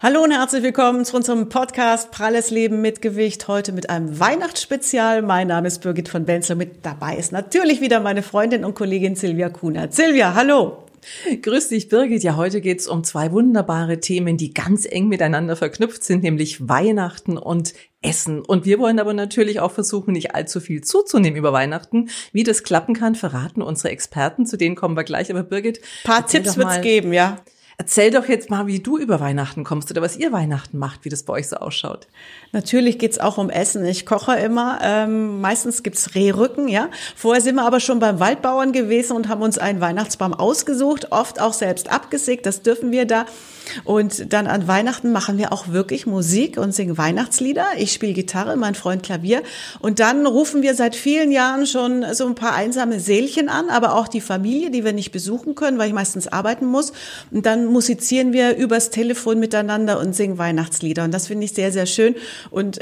Hallo und herzlich willkommen zu unserem Podcast Pralles Leben mit Gewicht. Heute mit einem Weihnachtsspezial. Mein Name ist Birgit von Benzler. Mit dabei ist natürlich wieder meine Freundin und Kollegin Silvia Kunert. Silvia, hallo. Grüß dich, Birgit. Ja, heute geht's um zwei wunderbare Themen, die ganz eng miteinander verknüpft sind, nämlich Weihnachten und Essen. Und wir wollen aber natürlich auch versuchen, nicht allzu viel zuzunehmen über Weihnachten. Wie das klappen kann, verraten unsere Experten. Zu denen kommen wir gleich. Aber Birgit, ein paar Tipps wird's geben, ja. Erzähl doch jetzt mal, wie du über Weihnachten kommst oder was ihr Weihnachten macht, wie das bei euch so ausschaut. Natürlich geht's auch um Essen. Ich koche immer. Meistens gibt's Rehrücken, ja. Vorher sind wir aber schon beim Waldbauern gewesen und haben uns einen Weihnachtsbaum ausgesucht, oft auch selbst abgesägt. Das dürfen wir da. Und dann an Weihnachten machen wir auch wirklich Musik und singen Weihnachtslieder. Ich spiele Gitarre, mein Freund Klavier. Und dann rufen wir seit vielen Jahren schon so ein paar einsame Seelchen an, aber auch die Familie, die wir nicht besuchen können, weil ich meistens arbeiten muss. Und dann musizieren wir übers Telefon miteinander und singen Weihnachtslieder. Und das finde ich sehr, sehr schön. Und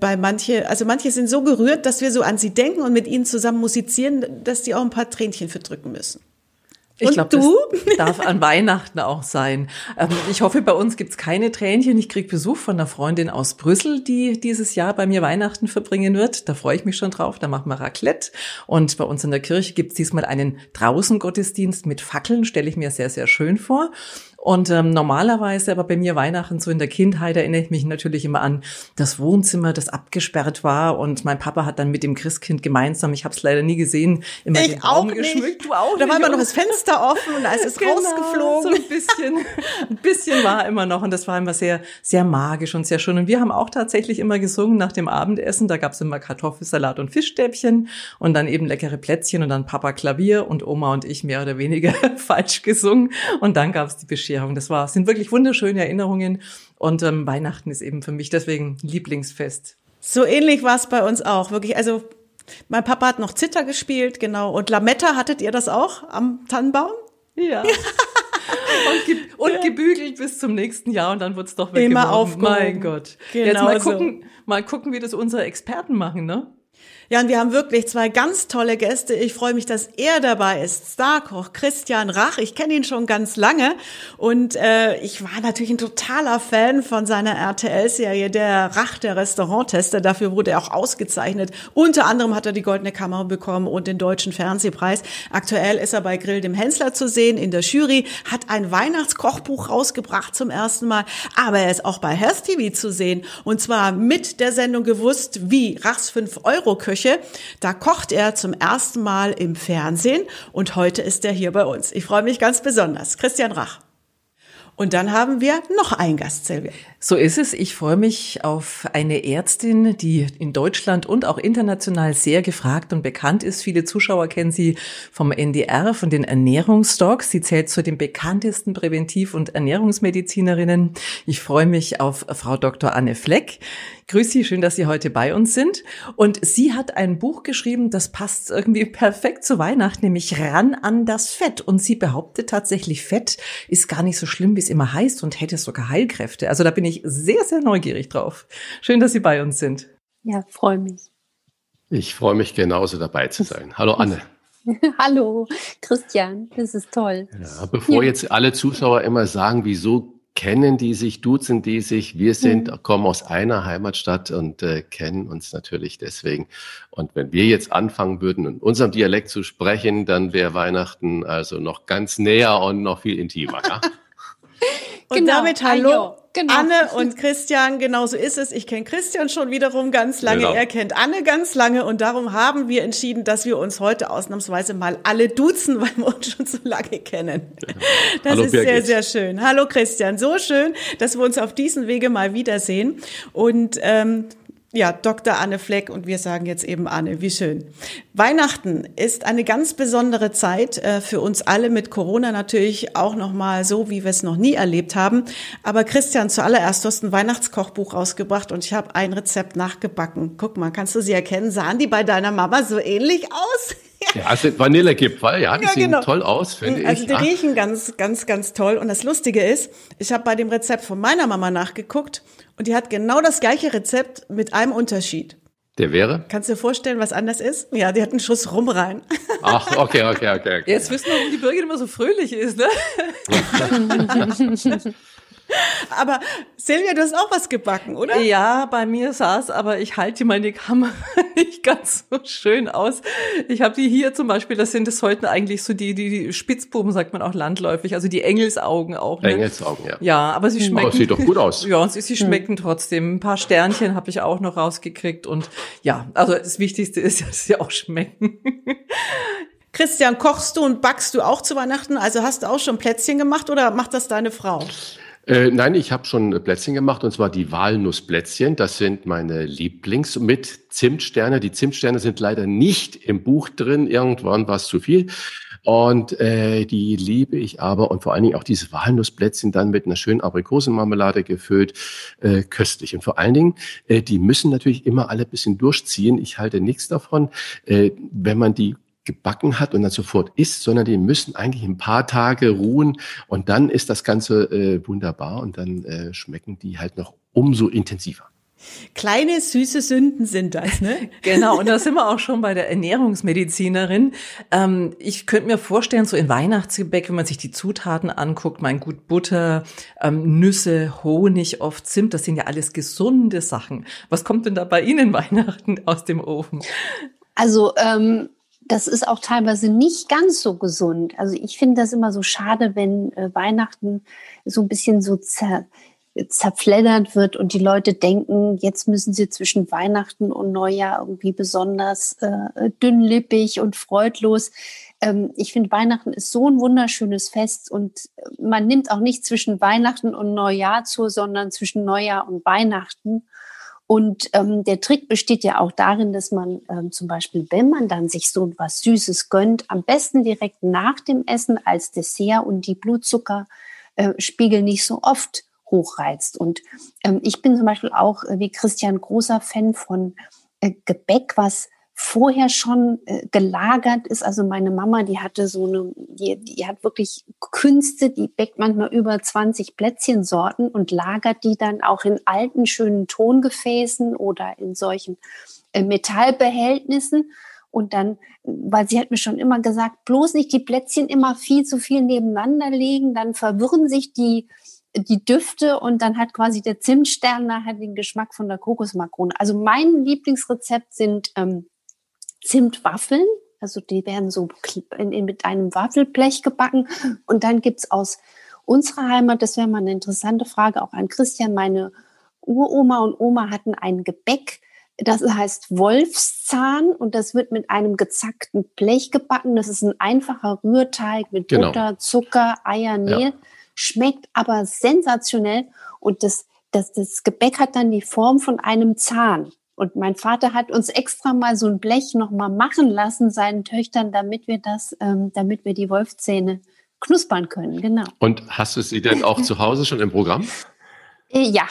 manche sind so gerührt, dass wir so an sie denken und mit ihnen zusammen musizieren, dass die auch ein paar Tränchen verdrücken müssen. Ich glaube, das darf an Weihnachten auch sein. Ich hoffe, bei uns gibt's keine Tränchen. Ich krieg Besuch von einer Freundin aus Brüssel, die dieses Jahr bei mir Weihnachten verbringen wird. Da freue ich mich schon drauf. Da machen wir Raclette. Und bei uns in der Kirche gibt's diesmal einen Draußengottesdienst mit Fackeln. Stelle ich mir sehr, sehr schön vor. Und normalerweise, aber bei mir Weihnachten so in der Kindheit, erinnere ich mich natürlich immer an das Wohnzimmer, das abgesperrt war. Und mein Papa hat dann mit dem Christkind gemeinsam, ich habe es leider nie gesehen, immer den Baum geschmückt. Du auch nicht. Da war immer noch das Fenster offen und da ist es rausgeflogen. So ein bisschen war immer noch. Und das war immer sehr, sehr magisch und sehr schön. Und wir haben auch tatsächlich immer gesungen nach dem Abendessen. Da gab es immer Kartoffelsalat und Fischstäbchen und dann eben leckere Plätzchen und dann Papa Klavier und Oma und ich mehr oder weniger falsch gesungen. Und dann gab es die Bescherung. Sind wirklich wunderschöne Erinnerungen und Weihnachten ist eben für mich deswegen Lieblingsfest. So ähnlich war es bei uns auch, wirklich. Also mein Papa hat noch Zither gespielt, genau. Und Lametta, hattet ihr das auch am Tannenbaum? Ja. und gebügelt bis zum nächsten Jahr und dann wird's doch weggeworfen. Immer aufgehoben. Mein Gott. Genau jetzt mal gucken, wie das unsere Experten machen, ne? Ja, und wir haben wirklich zwei ganz tolle Gäste. Ich freue mich, dass er dabei ist. Starkoch Christian Rach. Ich kenne ihn schon ganz lange und ich war natürlich ein totaler Fan von seiner RTL-Serie Der Rach, der Restauranttester. Dafür wurde er auch ausgezeichnet. Unter anderem hat er die Goldene Kamera bekommen und den Deutschen Fernsehpreis. Aktuell ist er bei Grill dem Hensler zu sehen in der Jury, hat ein Weihnachtskochbuch rausgebracht zum ersten Mal, aber er ist auch bei Health TV zu sehen und zwar mit der Sendung Gewusst wie Rachs 5-Euro-Küche. Da kocht er zum ersten Mal im Fernsehen und heute ist er hier bei uns. Ich freue mich ganz besonders. Christian Rach. Und dann haben wir noch einen Gast, Silvia. So ist es. Ich freue mich auf eine Ärztin, die in Deutschland und auch international sehr gefragt und bekannt ist. Viele Zuschauer kennen sie vom NDR, von den Ernährungsdocs. Sie zählt zu den bekanntesten Präventiv- und Ernährungsmedizinerinnen. Ich freue mich auf Frau Dr. Anne Fleck. Grüß Sie, schön, dass Sie heute bei uns sind. Und sie hat ein Buch geschrieben, das passt irgendwie perfekt zu Weihnachten, nämlich Ran an das Fett. Und sie behauptet tatsächlich, Fett ist gar nicht so schlimm, wie es immer heißt und hätte sogar Heilkräfte. Also da bin ich sehr, sehr neugierig drauf. Schön, dass Sie bei uns sind. Ja, freue mich. Ich freue mich genauso dabei zu sein. Hallo Anne. Hallo Christian, das ist toll. Ja, bevor jetzt alle Zuschauer immer sagen, wieso kennen die sich, duzen die sich, kommen aus einer Heimatstadt und kennen uns natürlich deswegen. Und wenn wir jetzt anfangen würden, in unserem Dialekt zu sprechen, dann wäre Weihnachten also noch ganz näher und noch viel intimer. Ja? Und genau. damit hallo. Genau. Anne und Christian, genau so ist es. Ich kenne Christian schon wiederum ganz lange, Genau. Er kennt Anne ganz lange und darum haben wir entschieden, dass wir uns heute ausnahmsweise mal alle duzen, weil wir uns schon so lange kennen. Das Hallo, ist Birgit. sehr, sehr schön. Hallo Christian, so schön, dass wir uns auf diesem Wege mal wiedersehen und ja, Dr. Anne Fleck und wir sagen jetzt eben Anne, wie schön. Weihnachten ist eine ganz besondere Zeit für uns alle, mit Corona natürlich auch nochmal so, wie wir es noch nie erlebt haben. Aber Christian, zuallererst, du hast ein Weihnachtskochbuch rausgebracht und ich habe ein Rezept nachgebacken. Guck mal, kannst du sie erkennen? Sahen die bei deiner Mama so ähnlich aus? Ja, es sind Vanillekipferl, ja, die sehen genau. toll aus, finde ich. Also die riechen ganz, ganz, ganz toll. Und das Lustige ist, ich habe bei dem Rezept von meiner Mama nachgeguckt und die hat genau das gleiche Rezept mit einem Unterschied. Der wäre? Kannst du dir vorstellen, was anders ist? Ja, die hat einen Schuss Rum rein. Ach, okay. Jetzt wissen wir, warum die Birgit immer so fröhlich ist, ne? Aber Silvia, du hast auch was gebacken, oder? Ja, bei mir saß, aber ich halte meine Kamera nicht ganz so schön aus. Ich habe die hier zum Beispiel, das sollten eigentlich so die Spitzbuben, sagt man auch landläufig, also die Engelsaugen auch. Ne? Engelsaugen, ja. Ja, aber sie schmecken. Oh, sieht doch gut aus. Ja, und sie schmecken trotzdem. Ein paar Sternchen habe ich auch noch rausgekriegt und ja, also das Wichtigste ist, dass sie auch schmecken. Christian, kochst du und backst du auch zu Weihnachten? Also hast du auch schon Plätzchen gemacht oder macht das deine Frau? Nein, ich habe schon Plätzchen gemacht, und zwar die Walnussplätzchen. Das sind meine Lieblings mit Zimtsterne. Die Zimtsterne sind leider nicht im Buch drin. Irgendwann war es zu viel. Und die liebe ich aber. Und vor allen Dingen auch diese Walnussplätzchen dann mit einer schönen Aprikosenmarmelade gefüllt. Köstlich. Und vor allen Dingen, die müssen natürlich immer alle ein bisschen durchziehen. Ich halte nichts davon, wenn man die gebacken hat und dann sofort isst, sondern die müssen eigentlich ein paar Tage ruhen und dann ist das Ganze wunderbar und dann schmecken die halt noch umso intensiver. Kleine, süße Sünden sind das, ne? Genau, und da sind wir auch schon bei der Ernährungsmedizinerin. Ich könnte mir vorstellen, so in Weihnachtsgebäck, wenn man sich die Zutaten anguckt, mein gut Butter, Nüsse, Honig, oft Zimt, das sind ja alles gesunde Sachen. Was kommt denn da bei Ihnen Weihnachten aus dem Ofen? Also, das ist auch teilweise nicht ganz so gesund. Also ich finde das immer so schade, wenn Weihnachten so ein bisschen so zerfleddert wird und die Leute denken, jetzt müssen sie zwischen Weihnachten und Neujahr irgendwie besonders dünnlippig und freudlos. Ich finde, Weihnachten ist so ein wunderschönes Fest und man nimmt auch nicht zwischen Weihnachten und Neujahr zu, sondern zwischen Neujahr und Weihnachten. Und der Trick besteht ja auch darin, dass man zum Beispiel, wenn man dann sich so was Süßes gönnt, am besten direkt nach dem Essen als Dessert und die Blutzuckerspiegel nicht so oft hochreizt. Und ich bin zum Beispiel auch wie Christian großer Fan von Gebäck, was vorher schon gelagert ist. Also meine Mama, die hatte die hat wirklich Künste, die bäckt manchmal über 20 Plätzchensorten und lagert die dann auch in alten, schönen Tongefäßen oder in solchen Metallbehältnissen. Und dann, weil sie hat mir schon immer gesagt, bloß nicht die Plätzchen immer viel zu viel nebeneinander legen, dann verwirren sich die Düfte und dann hat quasi der Zimtstern nachher den Geschmack von der Kokosmakrone. Also mein Lieblingsrezept sind Zimtwaffeln, also die werden so mit einem Waffelblech gebacken und dann gibt's aus unserer Heimat, das wäre mal eine interessante Frage auch an Christian, meine Uroma und Oma hatten ein Gebäck, das heißt Wolfszahn und das wird mit einem gezackten Blech gebacken, das ist ein einfacher Rührteig mit Butter, Zucker, Eier, Mehl, schmeckt aber sensationell und das Gebäck hat dann die Form von einem Zahn. Und mein Vater hat uns extra mal so ein Blech noch mal machen lassen, seinen Töchtern, damit wir die Wolfszähne knuspern können, genau. Und hast du sie denn auch zu Hause schon im Programm? Ja.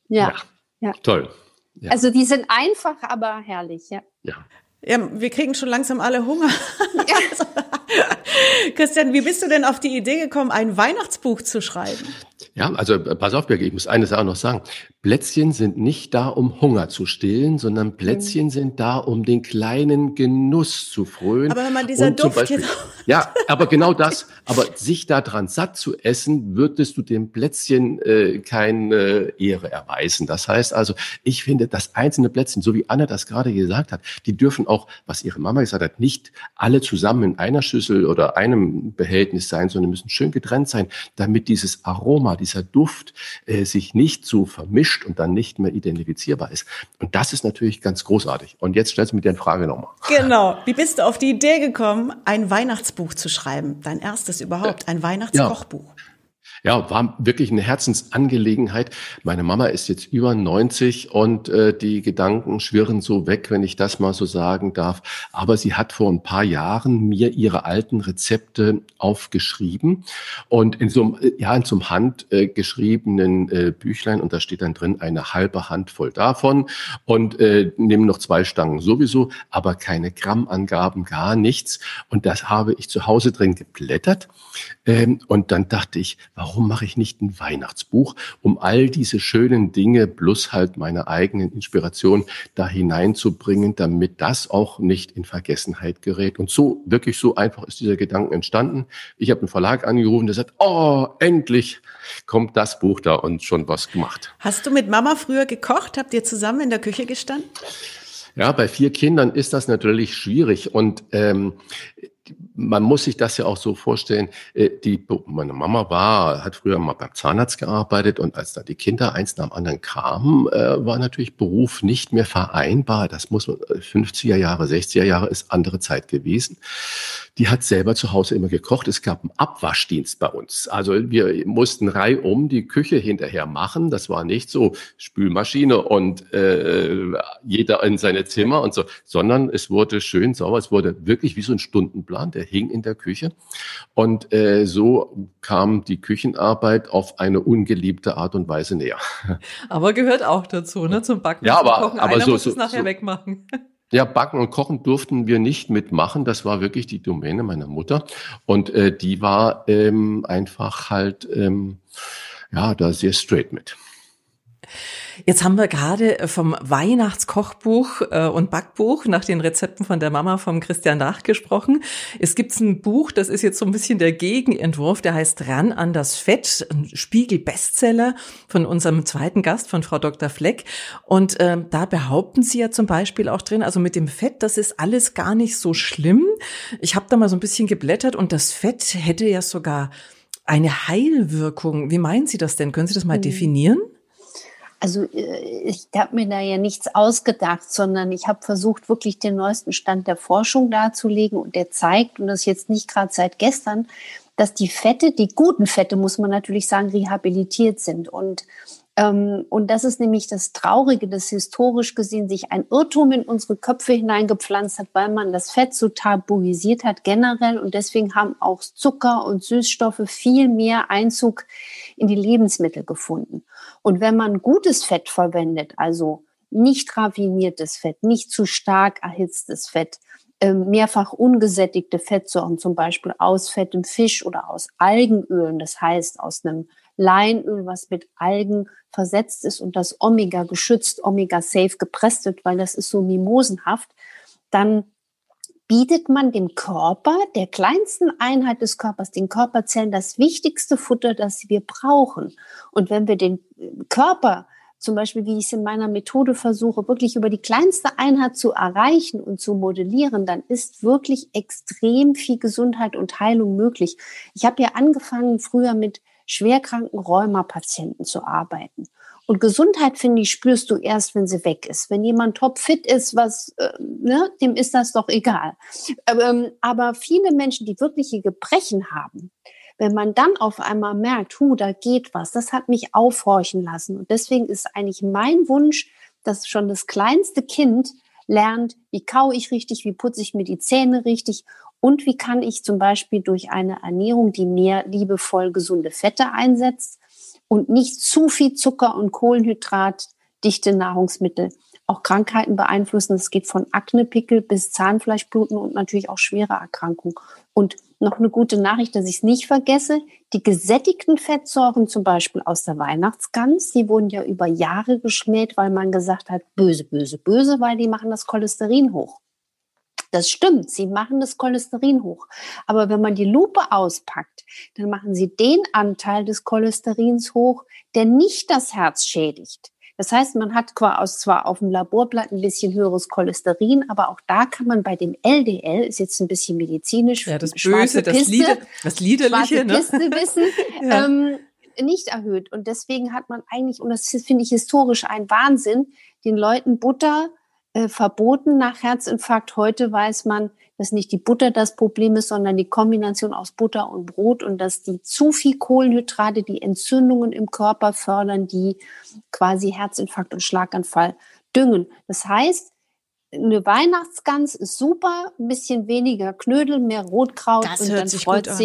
Toll. Ja. Also die sind einfach, aber herrlich, ja. Ja, wir kriegen schon langsam alle Hunger. Also, Christian, wie bist du denn auf die Idee gekommen, ein Weihnachtsbuch zu schreiben? Ja, also pass auf, Birgit, ich muss eine Sache noch sagen. Plätzchen sind nicht da, um Hunger zu stillen, sondern Plätzchen sind da, um den kleinen Genuss zu frönen. Aber wenn man dieser Duft jetzt... Ja, aber genau das. Aber sich daran satt zu essen, würdest du dem Plätzchen keine Ehre erweisen. Das heißt also, ich finde, das einzelne Plätzchen, so wie Anna das gerade gesagt hat, die dürfen auch, was ihre Mama gesagt hat, nicht alle zusammen in einer Schüssel oder einem Behältnis sein, sondern müssen schön getrennt sein, damit dieses Aroma, dieser Duft sich nicht so vermischt und dann nicht mehr identifizierbar ist. Und das ist natürlich ganz großartig. Und jetzt stellst du mir die Frage nochmal. Genau. Wie bist du auf die Idee gekommen, ein Weihnachtsbuch zu schreiben? Dein erstes überhaupt, ein Weihnachtskochbuch. Ja, war wirklich eine Herzensangelegenheit. Meine Mama ist jetzt über 90 und die Gedanken schwirren so weg, wenn ich das mal so sagen darf. Aber sie hat vor ein paar Jahren mir ihre alten Rezepte aufgeschrieben und in so einem handgeschriebenen Büchlein, und da steht dann drin eine halbe Handvoll davon und nehmen noch 2 Stangen sowieso, aber keine Grammangaben, gar nichts. Und das habe ich zu Hause drin geblättert und dann dachte ich, warum warum mache ich nicht ein Weihnachtsbuch, um all diese schönen Dinge plus halt meine eigenen Inspirationen da hineinzubringen, damit das auch nicht in Vergessenheit gerät. Und so, wirklich so einfach ist dieser Gedanke entstanden. Ich habe einen Verlag angerufen, der sagt, oh, endlich kommt das Buch da und schon was gemacht. Hast du mit Mama früher gekocht? Habt ihr zusammen in der Küche gestanden? Ja, bei 4 Kindern ist das natürlich schwierig und man muss sich das ja auch so vorstellen, meine Mama hat früher mal beim Zahnarzt gearbeitet und als dann die Kinder eins nach dem anderen kamen, war natürlich Beruf nicht mehr vereinbar. Das muss man, 50er Jahre, 60er Jahre ist andere Zeit gewesen. Die hat selber zu Hause immer gekocht. Es gab einen Abwaschdienst bei uns. Also wir mussten reihum die Küche hinterher machen. Das war nicht so Spülmaschine und jeder in seine Zimmer und so, sondern es wurde schön sauber. Es wurde wirklich wie so ein Stundenplan, der hing in der Küche. Und so kam die Küchenarbeit auf eine ungeliebte Art und Weise näher. Aber gehört auch dazu, ne, zum Backen. Ja, zum Kochen. aber Einer so, muss es so, nachher so wegmachen. Ja, Backen und Kochen durften wir nicht mitmachen. Das war wirklich die Domäne meiner Mutter. Und die war einfach halt da sehr straight mit. Jetzt haben wir gerade vom Weihnachtskochbuch und Backbuch nach den Rezepten von der Mama vom Christian Rach gesprochen. Es gibt ein Buch, das ist jetzt so ein bisschen der Gegenentwurf, der heißt Ran an das Fett, ein Spiegel-Bestseller von unserem zweiten Gast, von Frau Dr. Fleck. Und da behaupten Sie ja zum Beispiel auch drin, also mit dem Fett, das ist alles gar nicht so schlimm. Ich habe da mal so ein bisschen geblättert und das Fett hätte ja sogar eine Heilwirkung. Wie meinen Sie das denn? Können Sie das mal definieren? Also ich habe mir da ja nichts ausgedacht, sondern ich habe versucht, wirklich den neuesten Stand der Forschung darzulegen. Und der zeigt, und das jetzt nicht gerade seit gestern, dass die Fette, die guten Fette, muss man natürlich sagen, rehabilitiert sind. Und das ist nämlich das Traurige, dass historisch gesehen sich ein Irrtum in unsere Köpfe hineingepflanzt hat, weil man das Fett so tabuisiert hat generell. Und deswegen haben auch Zucker und Süßstoffe viel mehr Einzug in die Lebensmittel gefunden. Und wenn man gutes Fett verwendet, also nicht raffiniertes Fett, nicht zu stark erhitztes Fett, mehrfach ungesättigte Fettsäuren, zum Beispiel aus fettem Fisch oder aus Algenölen, das heißt aus einem Leinöl, was mit Algen versetzt ist und das Omega geschützt, Omega safe gepresst wird, weil das ist so mimosenhaft, dann bietet man dem Körper, der kleinsten Einheit des Körpers, den Körperzellen, das wichtigste Futter, das wir brauchen. Und wenn wir den Körper, zum Beispiel, wie ich es in meiner Methode versuche, wirklich über die kleinste Einheit zu erreichen und zu modellieren, dann ist wirklich extrem viel Gesundheit und Heilung möglich. Ich habe ja angefangen, früher mit schwerkranken Rheuma-Patienten zu arbeiten. Und Gesundheit, finde ich, spürst du erst, wenn sie weg ist. Wenn jemand topfit ist, dem ist das doch egal. Aber viele Menschen, die wirkliche Gebrechen haben, wenn man dann auf einmal merkt, da geht was, das hat mich aufhorchen lassen. Und deswegen ist eigentlich mein Wunsch, dass schon das kleinste Kind lernt, wie kaue ich richtig, wie putze ich mir die Zähne richtig und wie kann ich zum Beispiel durch eine Ernährung, die mehr liebevoll gesunde Fette einsetzt und nicht zu viel Zucker und kohlenhydratdichte Nahrungsmittel auch Krankheiten beeinflussen. Es geht von Aknepickel bis Zahnfleischbluten und natürlich auch schwere Erkrankungen. Und noch eine gute Nachricht, dass ich es nicht vergesse, die gesättigten Fettsäuren zum Beispiel aus der Weihnachtsgans, die wurden ja über Jahre geschmäht, weil man gesagt hat, böse, böse, böse, weil die machen das Cholesterin hoch. Das stimmt, sie machen das Cholesterin hoch. Aber wenn man die Lupe auspackt, dann machen sie den Anteil des Cholesterins hoch, der nicht das Herz schädigt. Das heißt, man hat zwar auf dem Laborblatt ein bisschen höheres Cholesterin, aber auch da kann man bei dem LDL, ist jetzt ein bisschen medizinisch, ja, das Böse, das Liederliche, ne? Wissen, ja. Nicht erhöht. Und deswegen hat man eigentlich, und das finde ich historisch ein Wahnsinn, den Leuten Butter verboten nach Herzinfarkt. Heute weiß man, dass nicht die Butter das Problem ist, sondern die Kombination aus Butter und Brot und dass die zu viel Kohlenhydrate die Entzündungen im Körper fördern, die quasi Herzinfarkt und Schlaganfall düngen. Das heißt, eine Weihnachtsgans ist super, ein bisschen weniger Knödel, mehr Rotkraut das und dann freut sich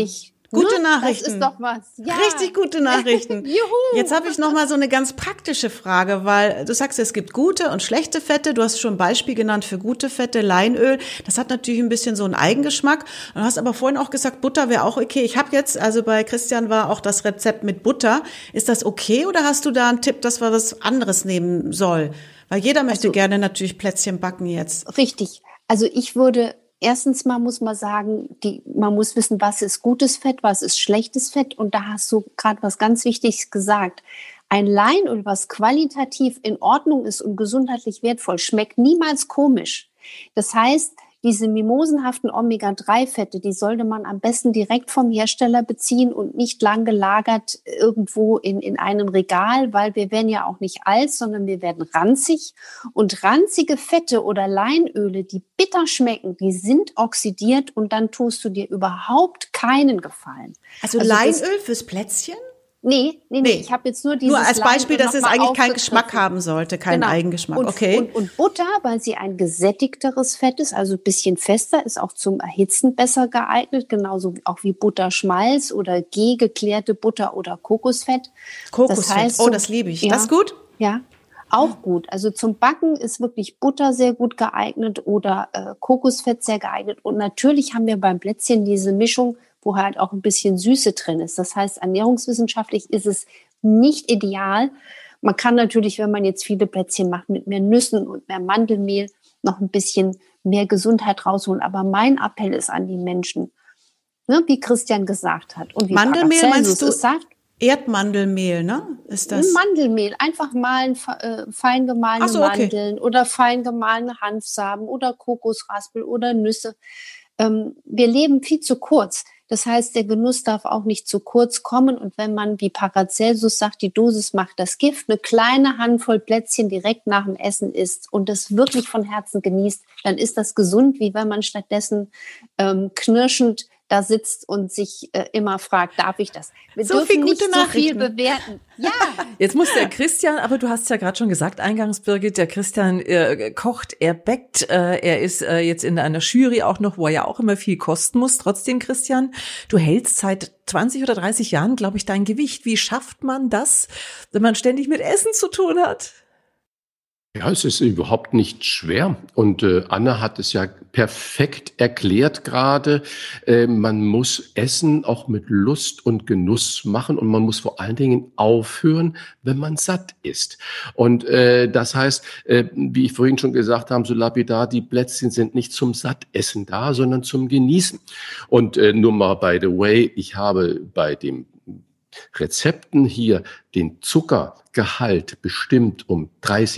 Gute Nachrichten. Das ist doch was. Ja. Richtig gute Nachrichten. Juhu. Jetzt habe ich noch mal so eine ganz praktische Frage, weil du sagst, es gibt gute und schlechte Fette. Du hast schon ein Beispiel genannt für gute Fette, Leinöl. Das hat natürlich ein bisschen so einen Eigengeschmack. Du hast aber vorhin auch gesagt, Butter wäre auch okay. Ich habe jetzt, also bei Christian war auch das Rezept mit Butter. Ist das okay oder hast du da einen Tipp, dass man was anderes nehmen soll? Weil jeder möchte gerne natürlich Plätzchen backen jetzt. Richtig. Also ich würde erstens mal muss man sagen, man muss wissen, was ist gutes Fett, was ist schlechtes Fett. Und da hast du gerade was ganz Wichtiges gesagt. Ein Leinöl, was qualitativ in Ordnung ist und gesundheitlich wertvoll, schmeckt niemals komisch. Das heißt, diese mimosenhaften Omega-3-Fette, die sollte man am besten direkt vom Hersteller beziehen und nicht lang gelagert irgendwo in einem Regal, weil wir werden ja auch nicht alt, sondern wir werden ranzig. Und ranzige Fette oder Leinöle, die bitter schmecken, die sind oxidiert und dann tust du dir überhaupt keinen Gefallen. Also Leinöl fürs Plätzchen? Nee. Ich habe jetzt nur dieses Nur als Beispiel, Leinöl dass es noch mal eigentlich keinen Geschmack aufgegriffen. haben sollte, keinen Genau. Eigengeschmack. Und, Okay. und Butter, weil sie ein gesättigteres Fett ist, also ein bisschen fester, ist auch zum Erhitzen besser geeignet, genauso auch wie Butterschmalz oder geklärte Butter oder Kokosfett. Kokosfett, Das heißt, das liebe ich. Ja, Das ist gut? Ja, auch gut. Also zum Backen ist wirklich Butter sehr gut geeignet oder Kokosfett sehr geeignet. Und natürlich haben wir beim Plätzchen diese Mischung, wo halt auch ein bisschen Süße drin ist. Das heißt, ernährungswissenschaftlich ist es nicht ideal. Man kann natürlich, wenn man jetzt viele Plätzchen macht, mit mehr Nüssen und mehr Mandelmehl noch ein bisschen mehr Gesundheit rausholen. Aber mein Appell ist an die Menschen, ne, wie Christian gesagt hat. Und wie Mandelmehl meinst du? es sagt, Erdmandelmehl, ne? Ist das? Mandelmehl, einfach mahlen, fein gemahlene Mandeln oder fein gemahlene Hanfsamen oder Kokosraspel oder Nüsse. Wir leben viel zu kurz. Das heißt, der Genuss darf auch nicht zu kurz kommen. Und wenn man, wie Paracelsus sagt, die Dosis macht das Gift, eine kleine Handvoll Plätzchen direkt nach dem Essen isst und das wirklich von Herzen genießt, dann ist das gesund, wie wenn man stattdessen knirschend da sitzt und sich immer fragt, darf ich das? Wir So dürfen viel nicht gute so viel Nachrichten. bewerten. Ja, Jetzt muss der Christian, aber du hast ja gerade schon gesagt, eingangs, Birgit, der Christian kocht, er bäckt, er ist jetzt in einer Jury auch noch, wo er ja auch immer viel kosten muss. Trotzdem, Christian, du hältst seit 20 oder 30 Jahren, glaube ich, dein Gewicht. Wie schafft man das, wenn man ständig mit Essen zu tun hat? Ja, es ist überhaupt nicht schwer. Und Anna hat es ja perfekt erklärt gerade. Man muss Essen auch mit Lust und Genuss machen und man muss vor allen Dingen aufhören, wenn man satt ist. Und das heißt, wie ich vorhin schon gesagt habe, so lapidar, die Plätzchen sind nicht zum Sattessen da, sondern zum Genießen. Und nur mal by the way, ich habe bei dem Rezepten hier den Zuckergehalt bestimmt um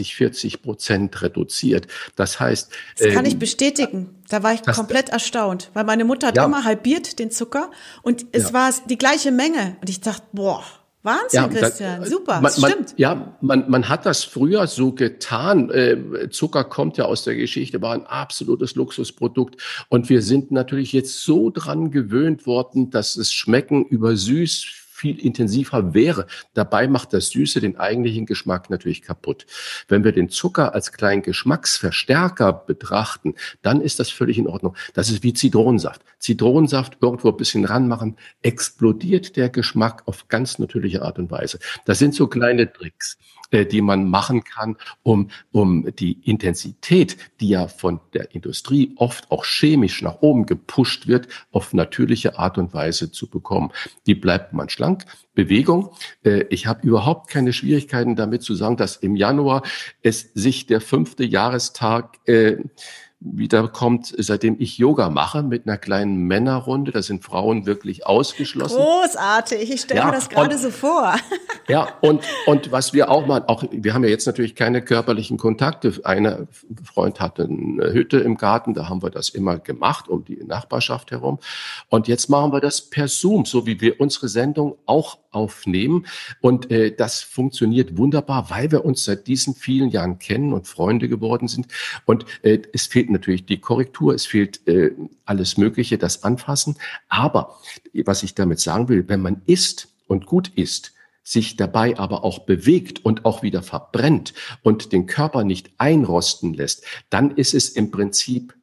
30-40% reduziert. Das heißt, Das kann ich bestätigen. Da war ich komplett erstaunt, weil meine Mutter hat immer halbiert den Zucker und es war die gleiche Menge. Und ich dachte, boah, Wahnsinn, Christian, super, stimmt. Man hat das früher so getan. Zucker kommt ja aus der Geschichte, war ein absolutes Luxusprodukt. Und wir sind natürlich jetzt so dran gewöhnt worden, dass das Schmecken über süß viel intensiver wäre. Dabei macht das Süße den eigentlichen Geschmack natürlich kaputt. Wenn wir den Zucker als kleinen Geschmacksverstärker betrachten, dann ist das völlig in Ordnung. Das ist wie Zitronensaft. Zitronensaft irgendwo ein bisschen ranmachen, explodiert der Geschmack auf ganz natürliche Art und Weise. Das sind so kleine Tricks, die man machen kann, um die Intensität, die ja von der Industrie oft auch chemisch nach oben gepusht wird, auf natürliche Art und Weise zu bekommen. Die bleibt man schlank. Bewegung. Ich habe überhaupt keine Schwierigkeiten damit zu sagen, dass im Januar es sich der 5. Jahrestag wiederkommt, seitdem ich Yoga mache mit einer kleinen Männerrunde. Da sind Frauen wirklich ausgeschlossen. Großartig, ich stelle mir das gerade so vor. Ja, und was wir auch machen, wir haben ja jetzt natürlich keine körperlichen Kontakte. Ein Freund hatte eine Hütte im Garten, da haben wir das immer gemacht, um die Nachbarschaft herum. Und jetzt machen wir das per Zoom, so wie wir unsere Sendung auch aufnehmen. Und das funktioniert wunderbar, weil wir uns seit diesen vielen Jahren kennen und Freunde geworden sind. Und es fehlt natürlich die Korrektur, es fehlt alles Mögliche, das Anfassen. Aber was ich damit sagen will, wenn man isst und gut isst, sich dabei aber auch bewegt und auch wieder verbrennt und den Körper nicht einrosten lässt, dann ist es im Prinzip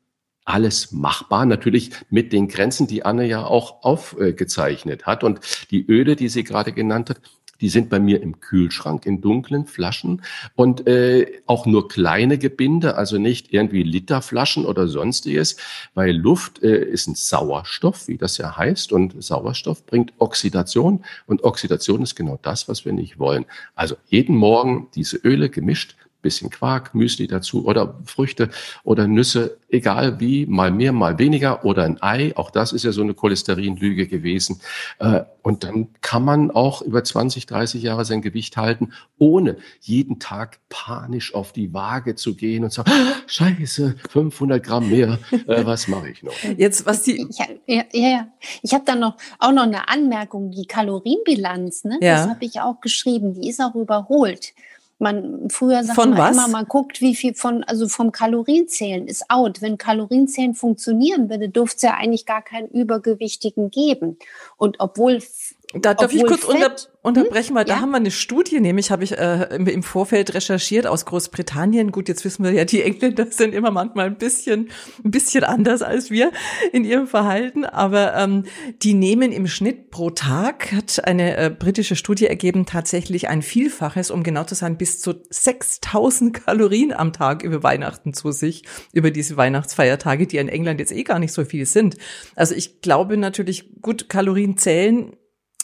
alles machbar, natürlich mit den Grenzen, die Anne ja auch aufgezeichnet hat. Und die Öle, die sie gerade genannt hat, die sind bei mir im Kühlschrank in dunklen Flaschen und auch nur kleine Gebinde, also nicht irgendwie Literflaschen oder sonstiges, weil Luft ist ein Sauerstoff, wie das ja heißt, und Sauerstoff bringt Oxidation und Oxidation ist genau das, was wir nicht wollen. Also jeden Morgen diese Öle gemischt, bisschen Quark, Müsli dazu oder Früchte oder Nüsse, egal wie, mal mehr, mal weniger oder ein Ei. Auch das ist ja so eine Cholesterinlüge gewesen. Und dann kann man auch über 20, 30 Jahre sein Gewicht halten, ohne jeden Tag panisch auf die Waage zu gehen und sagen, Scheiße, 500 Gramm mehr, was mache ich noch? Jetzt, was die... Ich habe dann auch noch eine Anmerkung, die Kalorienbilanz, ne? Ja. Das habe ich auch geschrieben, die ist auch überholt. Früher sagt Von man was? immer, man guckt, wie viel vom Kalorienzählen ist out. Wenn Kalorienzählen funktionieren würde, dürfte es ja eigentlich gar keinen Übergewichtigen geben. Und obwohl Da darf ich kurz unterbrechen, weil da Ja. haben wir eine Studie, nämlich habe ich im Vorfeld recherchiert aus Großbritannien. Gut, jetzt wissen wir ja, die Engländer sind immer manchmal ein bisschen anders als wir in ihrem Verhalten, aber die nehmen im Schnitt pro Tag, hat eine britische Studie ergeben, tatsächlich ein Vielfaches, um genau zu sein, bis zu 6.000 Kalorien am Tag über Weihnachten zu sich, über diese Weihnachtsfeiertage, die in England jetzt gar nicht so viel sind. Also ich glaube natürlich, gut, Kalorien zählen,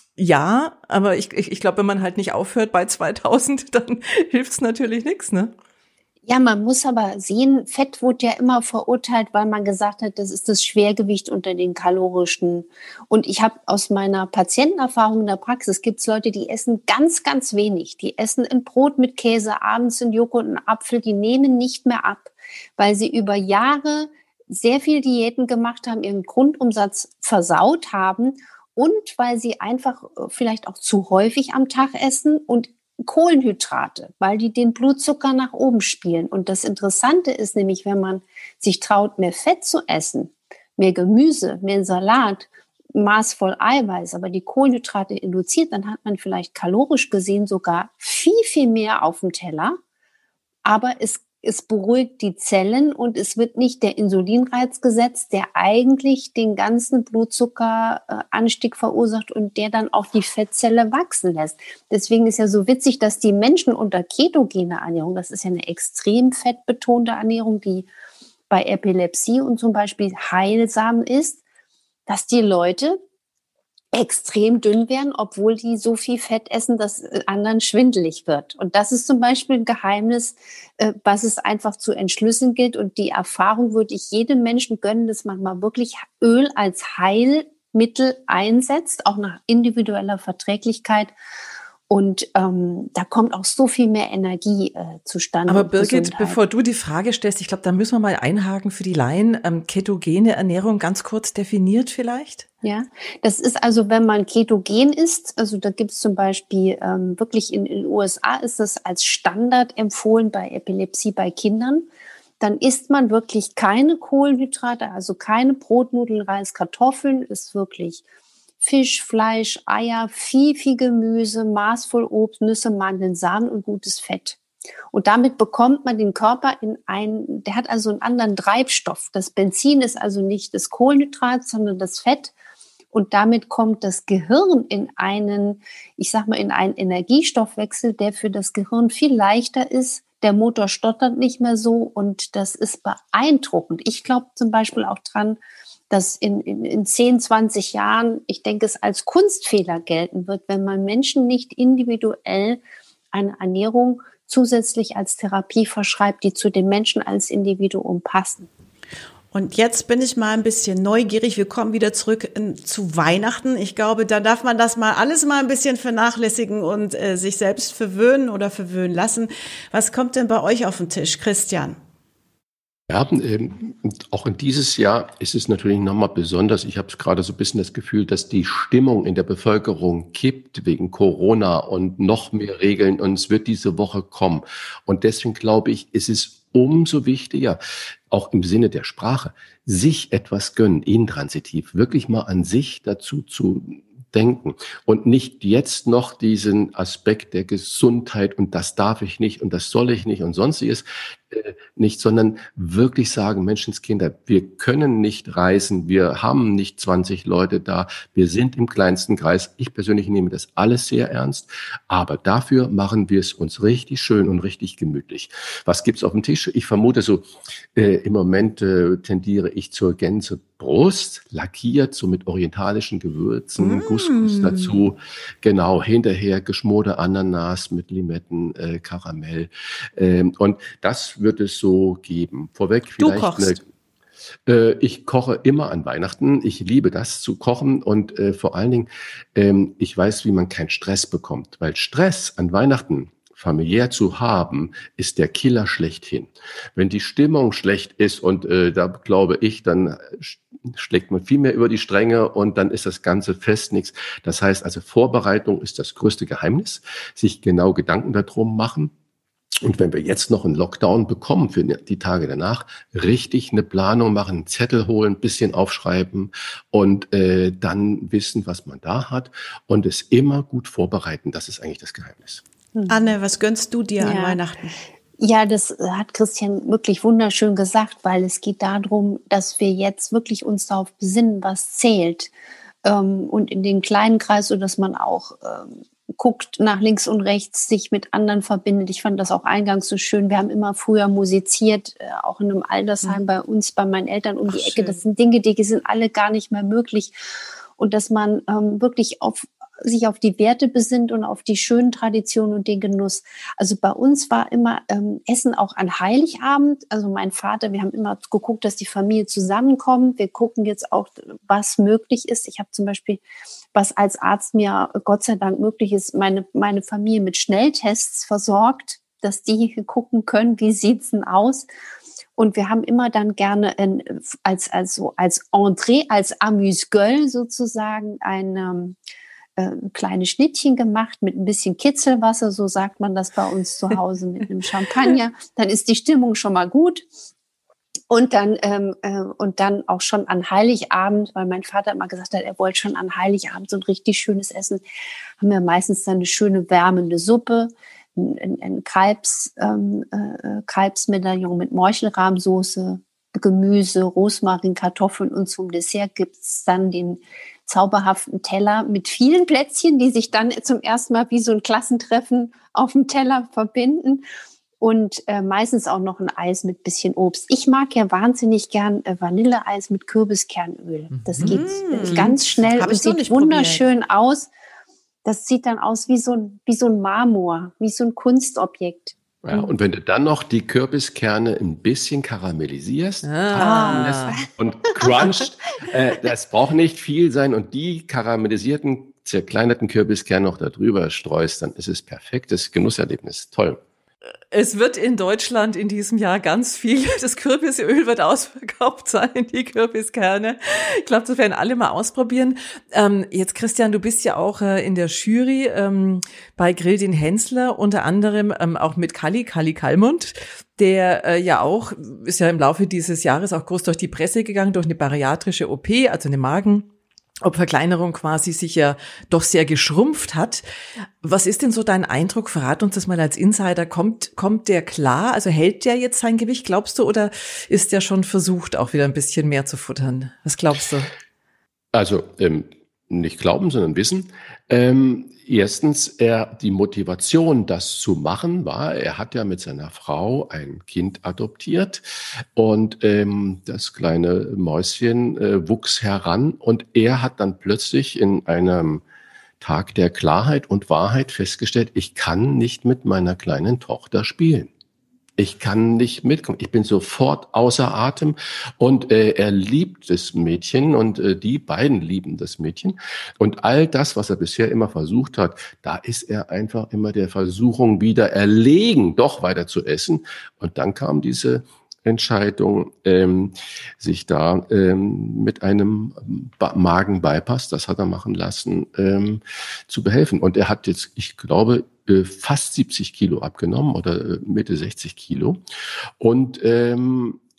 ja, aber ich glaube, wenn man halt nicht aufhört bei 2000, dann hilft's natürlich nichts, ne? Ja, man muss aber sehen, Fett wurde ja immer verurteilt, weil man gesagt hat, das ist das Schwergewicht unter den kalorischen. Und ich habe aus meiner Patientenerfahrung in der Praxis, gibt's Leute, die essen ganz, ganz wenig. Die essen ein Brot mit Käse, abends einen Joghurt und einen Apfel, die nehmen nicht mehr ab, weil sie über Jahre sehr viel Diäten gemacht haben, ihren Grundumsatz versaut haben und weil sie einfach vielleicht auch zu häufig am Tag essen und Kohlenhydrate, weil die den Blutzucker nach oben spielen. Und das Interessante ist nämlich, wenn man sich traut, mehr Fett zu essen, mehr Gemüse, mehr Salat, maßvoll Eiweiß, aber die Kohlenhydrate induziert, dann hat man vielleicht kalorisch gesehen sogar viel, viel mehr auf dem Teller, aber es beruhigt die Zellen und es wird nicht der Insulinreiz gesetzt, der eigentlich den ganzen Blutzuckeranstieg verursacht und der dann auch die Fettzelle wachsen lässt. Deswegen ist ja so witzig, dass die Menschen unter ketogener Ernährung, das ist ja eine extrem fettbetonte Ernährung, die bei Epilepsie und zum Beispiel heilsam ist, dass die Leute extrem dünn werden, obwohl die so viel Fett essen, dass anderen schwindelig wird. Und das ist zum Beispiel ein Geheimnis, was es einfach zu entschlüsseln gilt. Und die Erfahrung würde ich jedem Menschen gönnen, dass man mal wirklich Öl als Heilmittel einsetzt, auch nach individueller Verträglichkeit. Und da kommt auch so viel mehr Energie zustande. Aber Birgit, bevor du die Frage stellst, ich glaube, da müssen wir mal einhaken für die Laien. Ketogene Ernährung ganz kurz definiert vielleicht? Ja, das ist also, wenn man ketogen isst, also da gibt es zum Beispiel wirklich in den USA ist das als Standard empfohlen bei Epilepsie bei Kindern. Dann isst man wirklich keine Kohlenhydrate, also keine Brot, Nudeln, Reis, Kartoffeln, ist wirklich Fisch, Fleisch, Eier, viel Gemüse, maßvoll Obst, Nüsse, Mandeln, Samen und gutes Fett. Und damit bekommt man den Körper der hat also einen anderen Treibstoff. Das Benzin ist also nicht das Kohlenhydrat, sondern das Fett. Und damit kommt das Gehirn in einen Energiestoffwechsel, der für das Gehirn viel leichter ist. Der Motor stottert nicht mehr so und das ist beeindruckend. Ich glaube zum Beispiel auch dran, dass in 10, 20 Jahren, ich denke, es als Kunstfehler gelten wird, wenn man Menschen nicht individuell eine Ernährung zusätzlich als Therapie verschreibt, die zu den Menschen als Individuum passen. Und jetzt bin ich mal ein bisschen neugierig. Wir kommen wieder zurück zu Weihnachten. Ich glaube, da darf man das mal alles mal ein bisschen vernachlässigen und sich selbst verwöhnen oder verwöhnen lassen. Was kommt denn bei euch auf den Tisch, Christian? Ja, auch in dieses Jahr ist es natürlich nochmal besonders. Ich habe gerade so ein bisschen das Gefühl, dass die Stimmung in der Bevölkerung kippt wegen Corona und noch mehr Regeln und es wird diese Woche kommen. Und deswegen glaube ich, ist es umso wichtiger, auch im Sinne der Sprache, sich etwas gönnen, intransitiv, wirklich mal an sich dazu zu denken und nicht jetzt noch diesen Aspekt der Gesundheit und das darf ich nicht und das soll ich nicht und sonstiges nicht, sondern wirklich sagen, Menschenskinder, wir können nicht reisen, wir haben nicht 20 Leute da, wir sind im kleinsten Kreis. Ich persönlich nehme das alles sehr ernst, aber dafür machen wir es uns richtig schön und richtig gemütlich. Was gibt's auf dem Tisch? Ich vermute so, im Moment tendiere ich zur Gänsebrust, lackiert, so mit orientalischen Gewürzen, Couscous dazu, genau, hinterher geschmorte Ananas mit Limetten, Karamell. Und das wird es so geben. Vorweg vielleicht. Du kochst. Ich koche immer an Weihnachten. Ich liebe das zu kochen und vor allen Dingen, ich weiß, wie man keinen Stress bekommt, weil Stress an Weihnachten familiär zu haben, ist der Killer schlechthin. Wenn die Stimmung schlecht ist und da glaube ich, dann schlägt man viel mehr über die Stränge und dann ist das ganze Fest nichts. Das heißt also, Vorbereitung ist das größte Geheimnis, sich genau Gedanken darum machen. Und wenn wir jetzt noch einen Lockdown bekommen für die Tage danach, richtig eine Planung machen, einen Zettel holen, ein bisschen aufschreiben und dann wissen, was man da hat und es immer gut vorbereiten. Das ist eigentlich das Geheimnis. Anne, was gönnst du dir an Weihnachten? Ja, das hat Christian wirklich wunderschön gesagt, weil es geht darum, dass wir jetzt wirklich uns darauf besinnen, was zählt. Und in den kleinen Kreis, so dass man auch guckt nach links und rechts, sich mit anderen verbindet. Ich fand das auch eingangs so schön. Wir haben immer früher musiziert, auch in einem Altersheim bei uns, bei meinen Eltern um die Ecke. Schön. Das sind Dinge, die sind alle gar nicht mehr möglich. Und dass man wirklich sich auf die Werte besinnt und auf die schönen Traditionen und den Genuss. Also bei uns war immer Essen auch an Heiligabend. Also mein Vater, wir haben immer geguckt, dass die Familie zusammenkommt. Wir gucken jetzt auch, was möglich ist. Ich habe zum Beispiel, was als Arzt mir Gott sei Dank möglich ist, meine Familie mit Schnelltests versorgt, dass die gucken können, wie sieht's denn aus. Und wir haben immer dann gerne als Entree, als Amuse-Gueule sozusagen ein kleine Schnittchen gemacht mit ein bisschen Kitzelwasser, so sagt man das bei uns zu Hause, mit einem Champagner. Dann ist die Stimmung schon mal gut. Und dann auch schon an Heiligabend, weil mein Vater immer gesagt hat, er wollte schon an Heiligabend so ein richtig schönes Essen, haben wir meistens dann eine schöne wärmende Suppe, ein Kalbsmedaillon mit Morchelrahmsoße, Gemüse, Rosmarin, Kartoffeln und zum Dessert gibt's dann den zauberhaften Teller mit vielen Plätzchen, die sich dann zum ersten Mal wie so ein Klassentreffen auf dem Teller verbinden und meistens auch noch ein Eis mit bisschen Obst. Ich mag ja wahnsinnig gern Vanilleeis mit Kürbiskernöl. Das geht ganz schnell und sieht wunderschön aus. Das sieht dann aus wie so ein Marmor, wie so ein Kunstobjekt. Ja, und wenn du dann noch die Kürbiskerne ein bisschen karamellisierst und crunchst, das braucht nicht viel sein und die karamellisierten, zerkleinerten Kürbiskerne noch da drüber streust, dann ist es perfektes Genusserlebnis. Toll. Es wird in Deutschland in diesem Jahr ganz viel, das Kürbisöl wird ausverkauft sein, die Kürbiskerne. Ich glaube, das werden alle mal ausprobieren. Jetzt, Christian, du bist ja auch in der Jury bei Grill den Hensler, unter anderem auch mit Kalli Kallmund, der ist ja im Laufe dieses Jahres auch groß durch die Presse gegangen, durch eine bariatrische OP, also eine Verkleinerung quasi sich ja doch sehr geschrumpft hat. Was ist denn so dein Eindruck? Verrat uns das mal als Insider. Kommt der klar? Also hält der jetzt sein Gewicht, glaubst du? Oder ist der schon versucht, auch wieder ein bisschen mehr zu futtern? Was glaubst du? Also nicht glauben, sondern wissen. Erstens, die Motivation, das zu machen, war, er hat ja mit seiner Frau ein Kind adoptiert und das kleine Mäuschen wuchs heran und er hat dann plötzlich in einem Tag der Klarheit und Wahrheit festgestellt, ich kann nicht mit meiner kleinen Tochter spielen. Ich kann nicht mitkommen. Ich bin sofort außer Atem und er liebt das Mädchen und die beiden lieben das Mädchen. Und all das, was er bisher immer versucht hat, da ist er einfach immer der Versuchung wieder erlegen, doch weiter zu essen. Und dann kam diese Entscheidung, sich da mit einem Magenbypass, das hat er machen lassen, zu behelfen. Und er hat jetzt, ich glaube, fast 70 Kilo abgenommen oder Mitte 60 Kilo. Und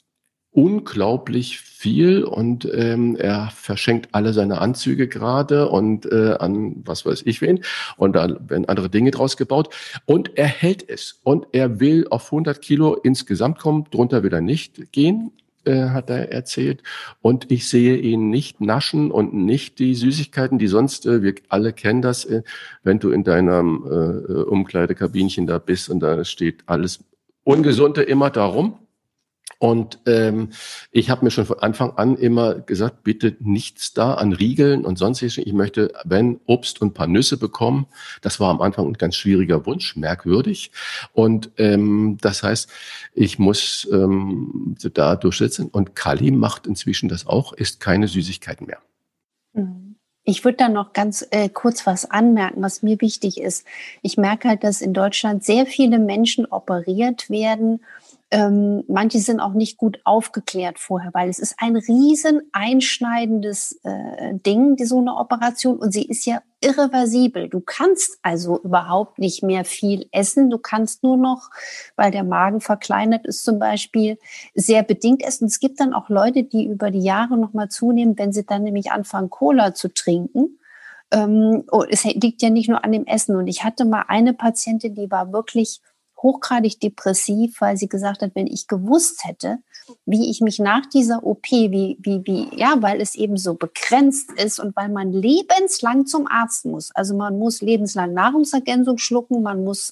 unglaublich viel und er verschenkt alle seine Anzüge gerade und an was weiß ich wen und da werden andere Dinge draus gebaut und er hält es und er will auf 100 Kilo insgesamt kommen, drunter will er nicht gehen, hat er erzählt und ich sehe ihn nicht naschen und nicht die Süßigkeiten, die sonst, wir alle kennen das, wenn du in deinem Umkleidekabinchen da bist und da steht alles Ungesunde immer darum. Und ich habe mir schon von Anfang an immer gesagt, bitte nichts da an Riegeln und sonstiges. Ich möchte, wenn, Obst und ein paar Nüsse bekommen. Das war am Anfang ein ganz schwieriger Wunsch, merkwürdig. Und das heißt, ich muss da durchsetzen. Und Kali macht inzwischen das auch, isst keine Süßigkeiten mehr. Ich würde da noch ganz kurz was anmerken, was mir wichtig ist. Ich merke halt, dass in Deutschland sehr viele Menschen operiert werden. Manche sind auch nicht gut aufgeklärt vorher, weil es ist ein riesen einschneidendes Ding, so eine Operation, und sie ist ja irreversibel. Du kannst also überhaupt nicht mehr viel essen. Du kannst nur noch, weil der Magen verkleinert ist zum Beispiel, sehr bedingt essen. Es gibt dann auch Leute, die über die Jahre nochmal zunehmen, wenn sie dann nämlich anfangen, Cola zu trinken. Es liegt ja nicht nur an dem Essen. Und ich hatte mal eine Patientin, die war wirklich hochgradig depressiv, weil sie gesagt hat, wenn ich gewusst hätte, wie ich mich nach dieser OP, weil es eben so begrenzt ist und weil man lebenslang zum Arzt muss. Also man muss lebenslang Nahrungsergänzung schlucken,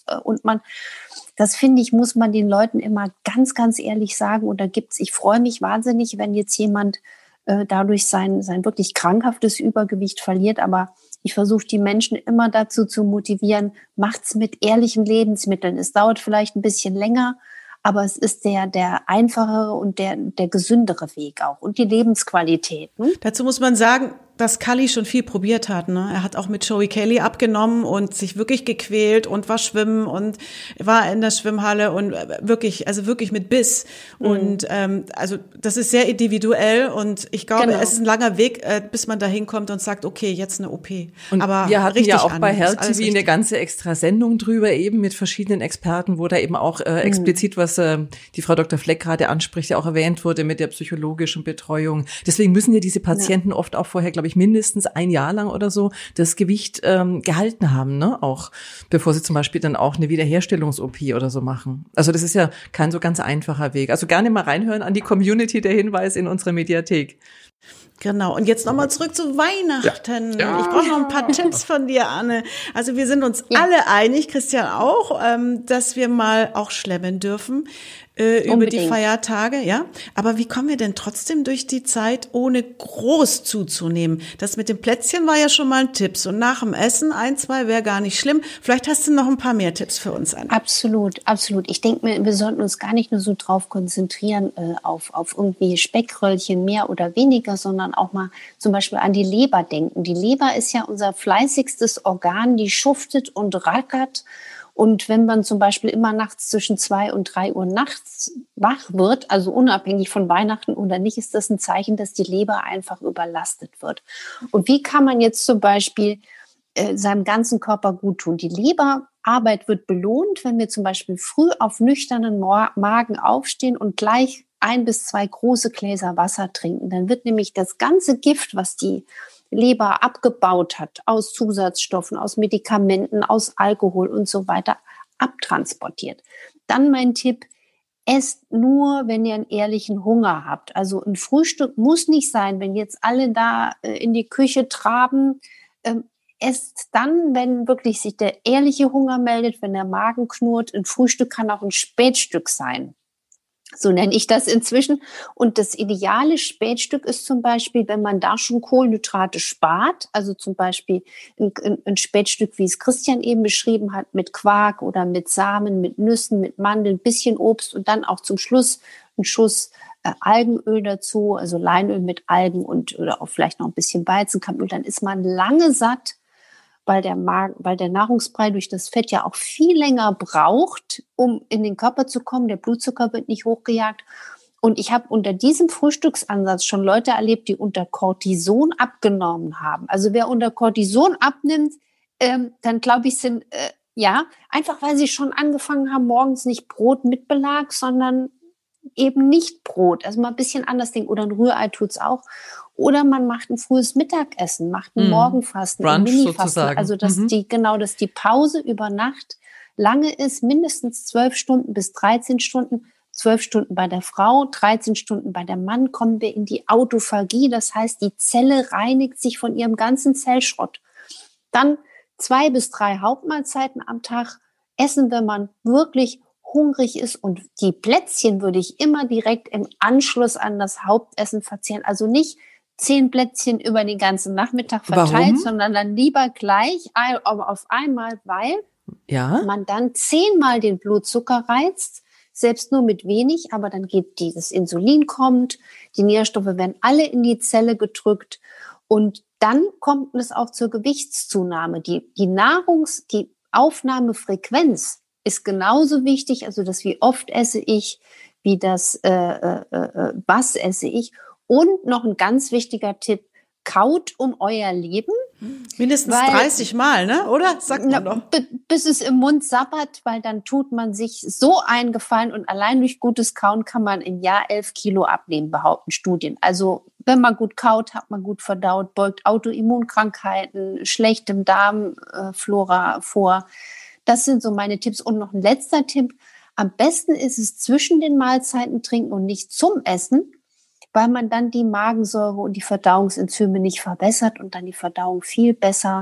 das finde ich, muss man den Leuten immer ganz, ganz ehrlich sagen. Und ich freue mich wahnsinnig, wenn jetzt jemand dadurch sein wirklich krankhaftes Übergewicht verliert, aber ich versuche die Menschen immer dazu zu motivieren, macht's mit ehrlichen Lebensmitteln. Es dauert vielleicht ein bisschen länger, aber es ist der einfachere und der gesündere Weg auch und die Lebensqualität. Ne? Dazu muss man sagen, dass Kali schon viel probiert hat. Ne? Er hat auch mit Joey Kelly abgenommen und sich wirklich gequält und war schwimmen und war in der Schwimmhalle und wirklich mit Biss. Und also das ist sehr individuell und ich glaube, Es ist ein langer Weg, bis man da hinkommt und sagt, okay, jetzt eine OP. Und aber wir hatten ja auch bei Health Health TV eine ganze extra Sendung drüber, eben mit verschiedenen Experten, wo da eben auch explizit, was die Frau Dr. Fleck gerade anspricht, ja auch erwähnt wurde mit der psychologischen Betreuung. Deswegen müssen ja diese Patienten oft auch vorher, glaube ich, mindestens ein Jahr lang oder so das Gewicht gehalten haben, ne? Auch bevor sie zum Beispiel dann auch eine Wiederherstellungs-OP oder so machen. Also das ist ja kein so ganz einfacher Weg. Also gerne mal reinhören an die Community, der Hinweis in unserer Mediathek. Genau. Und jetzt nochmal zurück zu Weihnachten. Ja. Ich brauche noch ein paar Tipps von dir, Anne. Also wir sind uns alle einig, Christian auch, dass wir mal auch schlemmen dürfen über die Feiertage, ja. Aber wie kommen wir denn trotzdem durch die Zeit, ohne groß zuzunehmen? Das mit dem Plätzchen war ja schon mal ein Tipp. Und nach dem Essen 1, 2 wäre gar nicht schlimm. Vielleicht hast du noch ein paar mehr Tipps für uns, Anne. Absolut, absolut. Ich denke mir, wir sollten uns gar nicht nur so drauf konzentrieren, auf irgendwie Speckröllchen mehr oder weniger, sondern auch mal zum Beispiel an die Leber denken. Die Leber ist ja unser fleißigstes Organ, die schuftet und rackert. Und wenn man zum Beispiel immer nachts zwischen 2 und 3 Uhr nachts wach wird, also unabhängig von Weihnachten oder nicht, ist das ein Zeichen, dass die Leber einfach überlastet wird. Und wie kann man jetzt zum Beispiel seinem ganzen Körper gut tun? Die Leberarbeit wird belohnt, wenn wir zum Beispiel früh auf nüchternen Magen aufstehen und gleich 1 bis 2 große Gläser Wasser trinken. Dann wird nämlich das ganze Gift, was die Leber abgebaut hat, aus Zusatzstoffen, aus Medikamenten, aus Alkohol und so weiter, abtransportiert. Dann mein Tipp, esst nur, wenn ihr einen ehrlichen Hunger habt. Also ein Frühstück muss nicht sein, wenn jetzt alle da in die Küche traben. Esst dann, wenn wirklich sich der ehrliche Hunger meldet, wenn der Magen knurrt. Ein Frühstück kann auch ein Spätstück sein. So nenne ich das inzwischen. Und das ideale Spätstück ist zum Beispiel, wenn man da schon Kohlenhydrate spart, also zum Beispiel ein Spätstück, wie es Christian eben beschrieben hat, mit Quark oder mit Samen, mit Nüssen, mit Mandeln, ein bisschen Obst und dann auch zum Schluss ein Schuss Algenöl dazu, also Leinöl mit Algen oder auch vielleicht noch ein bisschen Weizenkeimöl, dann ist man lange satt, weil der Nahrungsbrei durch das Fett ja auch viel länger braucht, um in den Körper zu kommen. Der Blutzucker wird nicht hochgejagt. Und ich habe unter diesem Frühstücksansatz schon Leute erlebt, die unter Cortison abgenommen haben. Also wer unter Cortison abnimmt, dann glaube ich, sind einfach weil sie schon angefangen haben, morgens nicht Brot mit Belag, sondern eben nicht Brot, also mal ein bisschen anders denken. Oder ein Rührei tut's auch. Oder man macht ein frühes Mittagessen, macht ein Morgenfasten, ein Brunch Minifasten. sozusagen. Also dass die Pause über Nacht lange ist, mindestens 12 Stunden bis 13 Stunden. 12 Stunden bei der Frau, 13 Stunden bei der Mann, kommen wir in die Autophagie. Das heißt, die Zelle reinigt sich von ihrem ganzen Zellschrott. Dann 2 bis 3 Hauptmahlzeiten am Tag essen, wenn man wirklich hungrig ist. Und die Plätzchen würde ich immer direkt im Anschluss an das Hauptessen verzehren. Also nicht 10 Plätzchen über den ganzen Nachmittag verteilt, Warum? sondern dann lieber gleich auf einmal, weil man dann 10-mal den Blutzucker reizt, selbst nur mit wenig, aber dann geht dieses Insulin kommt, die Nährstoffe werden alle in die Zelle gedrückt und dann kommt es auch zur Gewichtszunahme. Die Aufnahmefrequenz ist genauso wichtig, also das wie oft esse ich, wie das was esse ich. Und noch ein ganz wichtiger Tipp, kaut um euer Leben. Mindestens 30 Mal, ne? Oder? Sagt man doch. Bis es im Mund sabbert, weil dann tut man sich so einen Gefallen und allein durch gutes Kauen kann man im Jahr 11 Kilo abnehmen, behaupten Studien. Also wenn man gut kaut, hat man gut verdaut, beugt Autoimmunkrankheiten, schlechtem Darmflora vor. Das sind so meine Tipps. Und noch ein letzter Tipp. Am besten ist es zwischen den Mahlzeiten trinken und nicht zum Essen, weil man dann die Magensäure und die Verdauungsenzyme nicht verbessert und dann die Verdauung viel besser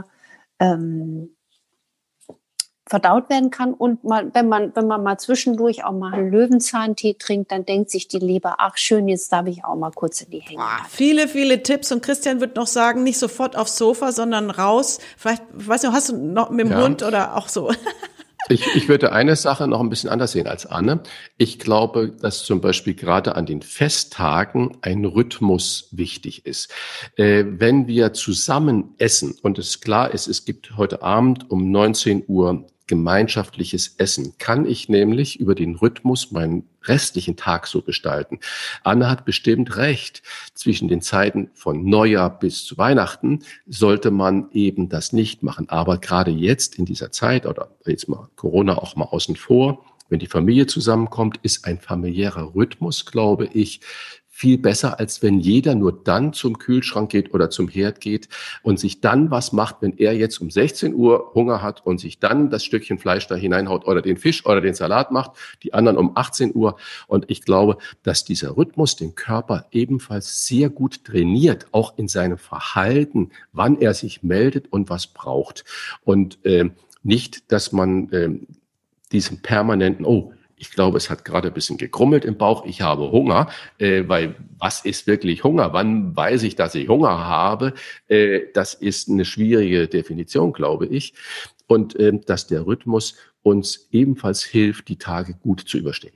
verdaut werden kann. Und wenn man mal zwischendurch auch mal einen Löwenzahntee trinkt, dann denkt sich die Leber, ach schön, jetzt darf ich auch mal kurz in die Hänge. Viele, viele Tipps. Und Christian wird noch sagen, nicht sofort aufs Sofa, sondern raus. Vielleicht, weiß nicht, hast du noch mit dem Hund oder auch so? Ich würde eine Sache noch ein bisschen anders sehen als Anne. Ich glaube, dass zum Beispiel gerade an den Festtagen ein Rhythmus wichtig ist. Wenn wir zusammen essen und es klar ist, es gibt heute Abend um 19 Uhr gemeinschaftliches Essen, kann ich nämlich über den Rhythmus meinen restlichen Tag so gestalten. Anne hat bestimmt recht. Zwischen den Zeiten von Neujahr bis zu Weihnachten sollte man eben das nicht machen. Aber gerade jetzt in dieser Zeit, oder jetzt mal Corona auch mal außen vor, wenn die Familie zusammenkommt, ist ein familiärer Rhythmus, glaube ich, viel besser, als wenn jeder nur dann zum Kühlschrank geht oder zum Herd geht und sich dann was macht, wenn er jetzt um 16 Uhr Hunger hat und sich dann das Stückchen Fleisch da hineinhaut oder den Fisch oder den Salat macht, die anderen um 18 Uhr. Und ich glaube, dass dieser Rhythmus den Körper ebenfalls sehr gut trainiert, auch in seinem Verhalten, wann er sich meldet und was braucht. Und nicht, dass man diesen permanenten, ich glaube, es hat gerade ein bisschen gekrummelt im Bauch. Ich habe Hunger, weil was ist wirklich Hunger? Wann weiß ich, dass ich Hunger habe? Das ist eine schwierige Definition, glaube ich. Und dass der Rhythmus uns ebenfalls hilft, die Tage gut zu überstehen.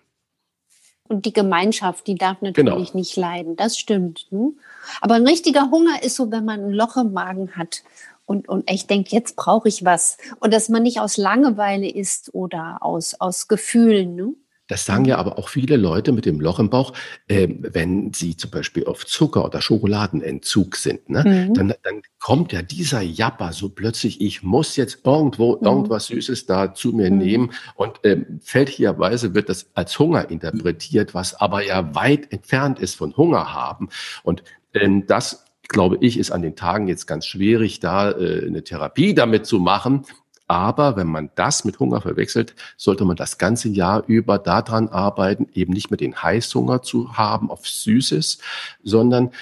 Und die Gemeinschaft, die darf natürlich nicht leiden. Das stimmt. Ne? Aber ein richtiger Hunger ist so, wenn man ein Loch im Magen hat. Und echt denkt, jetzt brauche ich was. Und dass man nicht aus Langeweile isst oder aus Gefühlen. Ne? Das sagen ja aber auch viele Leute mit dem Loch im Bauch, wenn sie zum Beispiel auf Zucker- oder Schokoladenentzug sind, ne? Dann kommt ja dieser Japper so plötzlich, ich muss jetzt irgendwas Süßes da zu mir nehmen. Und fälschlicherweise wird das als Hunger interpretiert, was aber ja weit entfernt ist von Hunger haben. Und das, glaube ich, ist an den Tagen jetzt ganz schwierig, da eine Therapie damit zu machen. Aber wenn man das mit Hunger verwechselt, sollte man das ganze Jahr über daran arbeiten, eben nicht mehr den Heißhunger zu haben auf Süßes, sondern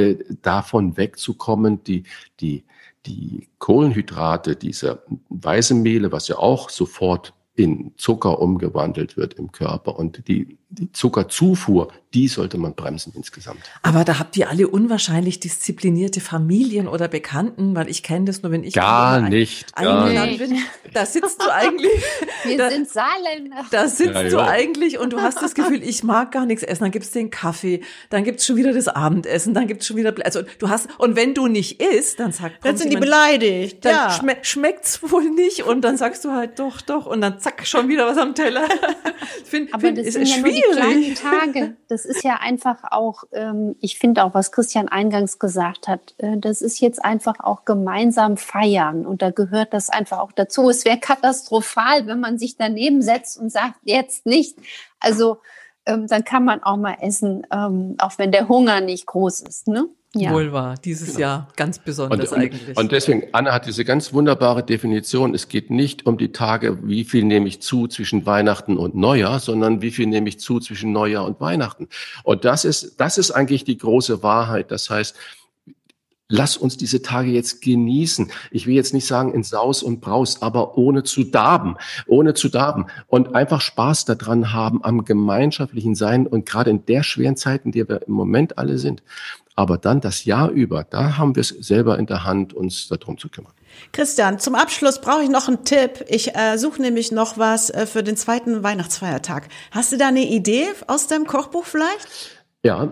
davon wegzukommen, die Kohlenhydrate, diese Weizenmehle, was ja auch sofort in Zucker umgewandelt wird im Körper. Und die Zuckerzufuhr, die sollte man bremsen insgesamt. Aber da habt ihr alle unwahrscheinlich disziplinierte Familien oder Bekannten, weil ich kenne das nur, wenn ich gar nicht bin. Da sitzt du eigentlich. Wir sind Saarländer. Da sitzt du eigentlich und du hast das Gefühl, ich mag gar nichts essen. Dann gibt's den Kaffee, dann gibt's schon wieder das Abendessen, dann gibt's schon wieder, also du hast, und wenn du nicht isst, dann dann sind die beleidigt. Dann schmeckt's wohl nicht und dann sagst du halt doch und dann zack, schon wieder was am Teller. Aber das sind ja nur die kleinen Tage. Das ist ja einfach auch, ich finde auch, was Christian eingangs gesagt hat, das ist jetzt einfach auch gemeinsam feiern und da gehört das einfach auch dazu. Es wäre katastrophal, wenn man sich daneben setzt und sagt, jetzt nicht. Also dann kann man auch mal essen, auch wenn der Hunger nicht groß ist, ne? Ja. Wohl wahr, dieses Jahr ganz besonders eigentlich. Und deswegen, Anne hat diese ganz wunderbare Definition. Es geht nicht um die Tage, wie viel nehme ich zu zwischen Weihnachten und Neujahr, sondern wie viel nehme ich zu zwischen Neujahr und Weihnachten. Und das ist eigentlich die große Wahrheit. Das heißt, lass uns diese Tage jetzt genießen. Ich will jetzt nicht sagen in Saus und Braus, aber ohne zu darben und einfach Spaß daran haben am gemeinschaftlichen Sein und gerade in der schweren Zeit, in der wir im Moment alle sind. Aber dann das Jahr über, da haben wir es selber in der Hand, uns darum zu kümmern. Christian, zum Abschluss brauche ich noch einen Tipp. Ich suche nämlich noch was für den zweiten Weihnachtsfeiertag. Hast du da eine Idee aus deinem Kochbuch vielleicht? Ja,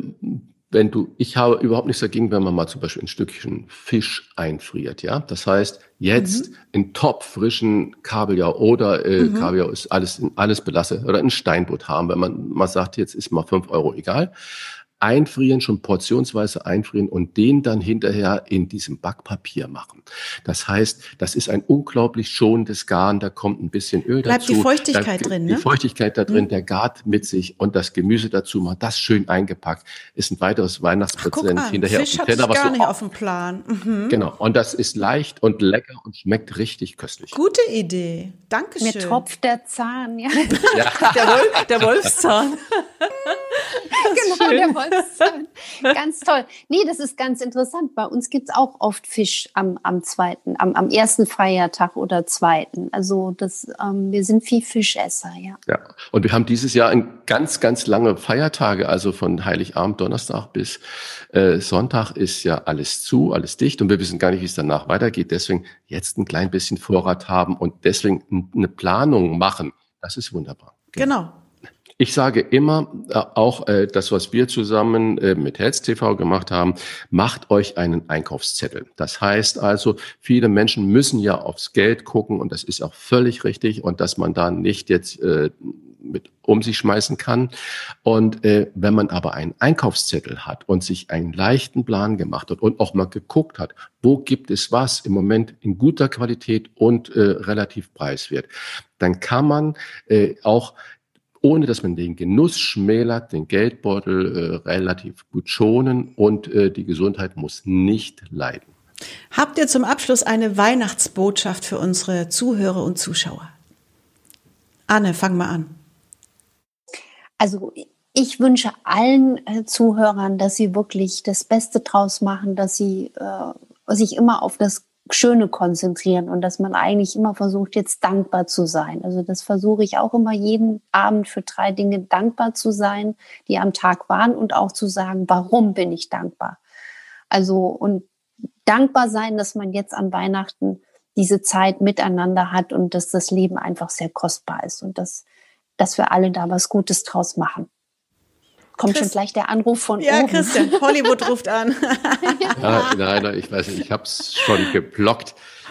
ich habe überhaupt nichts dagegen, wenn man mal zum Beispiel ein Stückchen Fisch einfriert, ja. Das heißt, jetzt in top frischen Kabeljau oder Kabeljau ist alles belasse oder ein Steinbutt haben, wenn man mal sagt, jetzt ist mal 5 Euro egal. Einfrieren, schon portionsweise einfrieren und den dann hinterher in diesem Backpapier machen. Das heißt, das ist ein unglaublich schonendes Garn, da kommt ein bisschen Öl dazu. Bleibt die Feuchtigkeit drin, ne? Die Feuchtigkeit da drin, der gart mit sich und das Gemüse dazu, mal das schön eingepackt, ist ein weiteres Weihnachtspräsent hinterher Fisch auf dem Teller. Fisch gar nicht auf dem Plan. Genau, und das ist leicht und lecker und schmeckt richtig köstlich. Gute Idee, Dankeschön. Mir tropft der Zahn, ja. Der Wolfszahn. Genau, der Wolfszahn. Ganz toll. Nee, das ist ganz interessant. Bei uns gibt's auch oft Fisch am ersten Feiertag oder zweiten. Also wir sind viel Fischesser, ja. Ja, und wir haben dieses Jahr ganz, ganz lange Feiertage, also von Heiligabend, Donnerstag bis Sonntag ist ja alles zu, alles dicht und wir wissen gar nicht, wie es danach weitergeht. Deswegen jetzt ein klein bisschen Vorrat haben und deswegen eine Planung machen. Das ist wunderbar. Genau. Ich sage immer, auch das, was wir zusammen mit Hetz TV gemacht haben, macht euch einen Einkaufszettel. Das heißt also, viele Menschen müssen ja aufs Geld gucken und das ist auch völlig richtig und dass man da nicht jetzt mit um sich schmeißen kann. Und wenn man aber einen Einkaufszettel hat und sich einen leichten Plan gemacht hat und auch mal geguckt hat, wo gibt es was im Moment in guter Qualität und relativ preiswert, dann kann man auch ohne dass man den Genuss schmälert, den Geldbeutel relativ gut schonen und die Gesundheit muss nicht leiden. Habt ihr zum Abschluss eine Weihnachtsbotschaft für unsere Zuhörer und Zuschauer? Anne, fang mal an. Also ich wünsche allen Zuhörern, dass sie wirklich das Beste draus machen, dass sie sich immer auf das Schöne konzentrieren und dass man eigentlich immer versucht, jetzt dankbar zu sein. Also das versuche ich auch immer jeden Abend für 3 Dinge dankbar zu sein, die am Tag waren und auch zu sagen, warum bin ich dankbar? Also und dankbar sein, dass man jetzt an Weihnachten diese Zeit miteinander hat und dass das Leben einfach sehr kostbar ist und dass wir alle da was Gutes draus machen. Kommt schon gleich der Anruf von oben. Ja, Christian, Hollywood ruft an. Ja, nein, ich weiß nicht, ich habe es schon geblockt.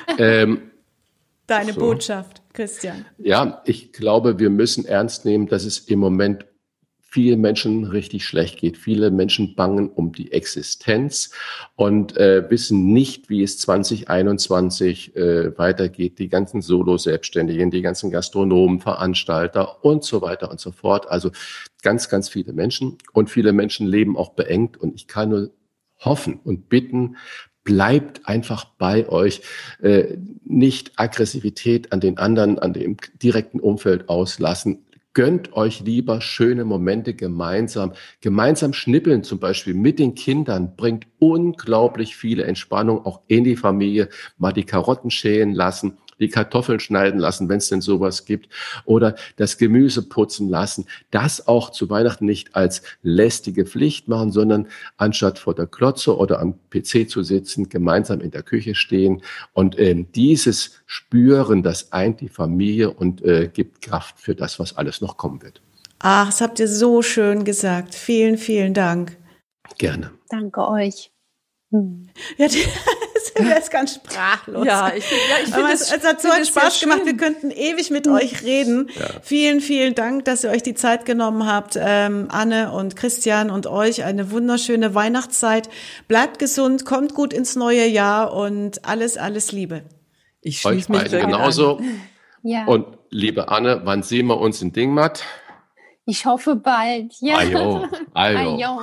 Deine Botschaft, Christian. Ja, ich glaube, wir müssen ernst nehmen, dass es im Moment vielen Menschen richtig schlecht geht. Viele Menschen bangen um die Existenz und wissen nicht, wie es 2021 weitergeht. Die ganzen Solo-Selbstständigen, die ganzen Gastronomen, Veranstalter und so weiter und so fort. Also ganz, ganz viele Menschen. Und viele Menschen leben auch beengt. Und ich kann nur hoffen und bitten, bleibt einfach bei euch, nicht Aggressivität an den anderen, an dem direkten Umfeld auslassen. Gönnt euch lieber schöne Momente gemeinsam. Gemeinsam schnippeln zum Beispiel mit den Kindern bringt unglaublich viele Entspannung auch in die Familie. Mal die Karotten schälen lassen, die Kartoffeln schneiden lassen, wenn es denn sowas gibt, oder das Gemüse putzen lassen. Das auch zu Weihnachten nicht als lästige Pflicht machen, sondern anstatt vor der Glotze oder am PC zu sitzen, gemeinsam in der Küche stehen. Und dieses Spüren, das eint die Familie und gibt Kraft für das, was alles noch kommen wird. Ach, das habt ihr so schön gesagt. Vielen, vielen Dank. Gerne. Danke euch. Ja, der ist ganz sprachlos. Ja, ich finde es hat so einen Spaß gemacht. Wir könnten ewig mit euch reden. Ja. Vielen, vielen Dank, dass ihr euch die Zeit genommen habt. Anne und Christian und euch eine wunderschöne Weihnachtszeit. Bleibt gesund, kommt gut ins neue Jahr und alles, alles Liebe. Ich schließe mich genauso. Ja. Und liebe Anne, wann sehen wir uns in Dingmatt? Ich hoffe bald. Ja. Ajo. Ajo.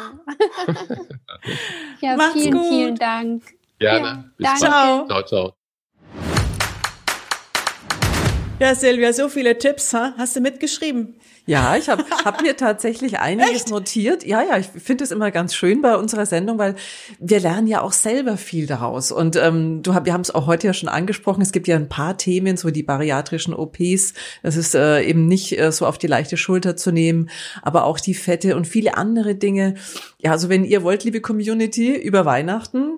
Ja, Macht's vielen, gut. vielen Dank. Gerne. Ja, Bis danke. bald. Ciao, ciao. Ja, Silvia, so viele Tipps, hast du mitgeschrieben? Ja, ich hab mir tatsächlich einiges notiert. Ja, ich finde es immer ganz schön bei unserer Sendung, weil wir lernen ja auch selber viel daraus. Und wir haben es auch heute ja schon angesprochen, es gibt ja ein paar Themen, so die bariatrischen OPs, das ist eben nicht so auf die leichte Schulter zu nehmen, aber auch die Fette und viele andere Dinge. Ja, also wenn ihr wollt, liebe Community, über Weihnachten,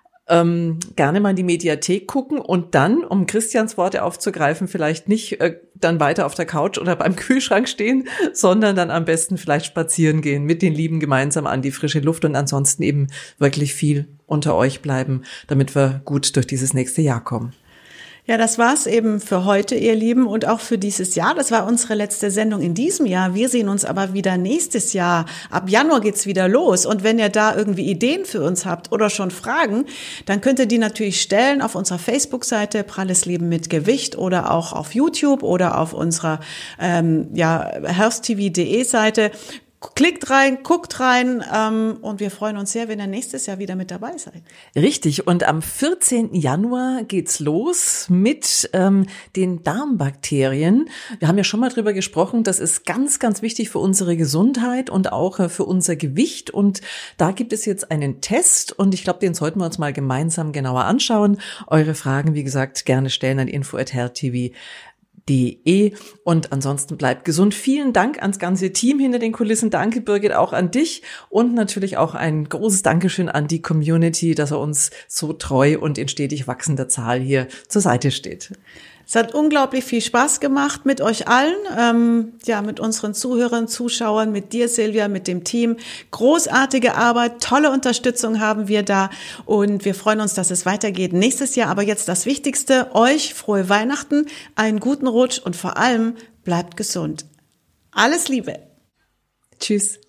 gerne mal in die Mediathek gucken und dann, um Christians Worte aufzugreifen, vielleicht nicht dann weiter auf der Couch oder beim Kühlschrank stehen, sondern dann am besten vielleicht spazieren gehen, mit den Lieben gemeinsam an die frische Luft und ansonsten eben wirklich viel unter euch bleiben, damit wir gut durch dieses nächste Jahr kommen. Ja, das war's eben für heute, ihr Lieben, und auch für dieses Jahr. Das war unsere letzte Sendung in diesem Jahr. Wir sehen uns aber wieder nächstes Jahr. Ab Januar geht's wieder los. Und wenn ihr da irgendwie Ideen für uns habt oder schon Fragen, dann könnt ihr die natürlich stellen auf unserer Facebook-Seite Pralles Leben mit Gewicht oder auch auf YouTube oder auf unserer healthtv.de Seite. Klickt rein, guckt rein und wir freuen uns sehr, wenn ihr nächstes Jahr wieder mit dabei seid. Richtig, und am 14. Januar geht's los mit den Darmbakterien. Wir haben ja schon mal drüber gesprochen, das ist ganz, ganz wichtig für unsere Gesundheit und auch für unser Gewicht. Und da gibt es jetzt einen Test und ich glaube, den sollten wir uns mal gemeinsam genauer anschauen. Eure Fragen, wie gesagt, gerne stellen an info@healthtv.de. Und ansonsten bleibt gesund. Vielen Dank ans ganze Team hinter den Kulissen. Danke, Birgit, auch an dich. Und natürlich auch ein großes Dankeschön an die Community, dass er uns so treu und in stetig wachsender Zahl hier zur Seite steht. Es hat unglaublich viel Spaß gemacht mit euch allen, mit unseren Zuhörern, Zuschauern, mit dir, Silvia, mit dem Team. Großartige Arbeit, tolle Unterstützung haben wir da und wir freuen uns, dass es weitergeht nächstes Jahr. Aber jetzt das Wichtigste, euch frohe Weihnachten, einen guten Rutsch und vor allem bleibt gesund. Alles Liebe. Tschüss.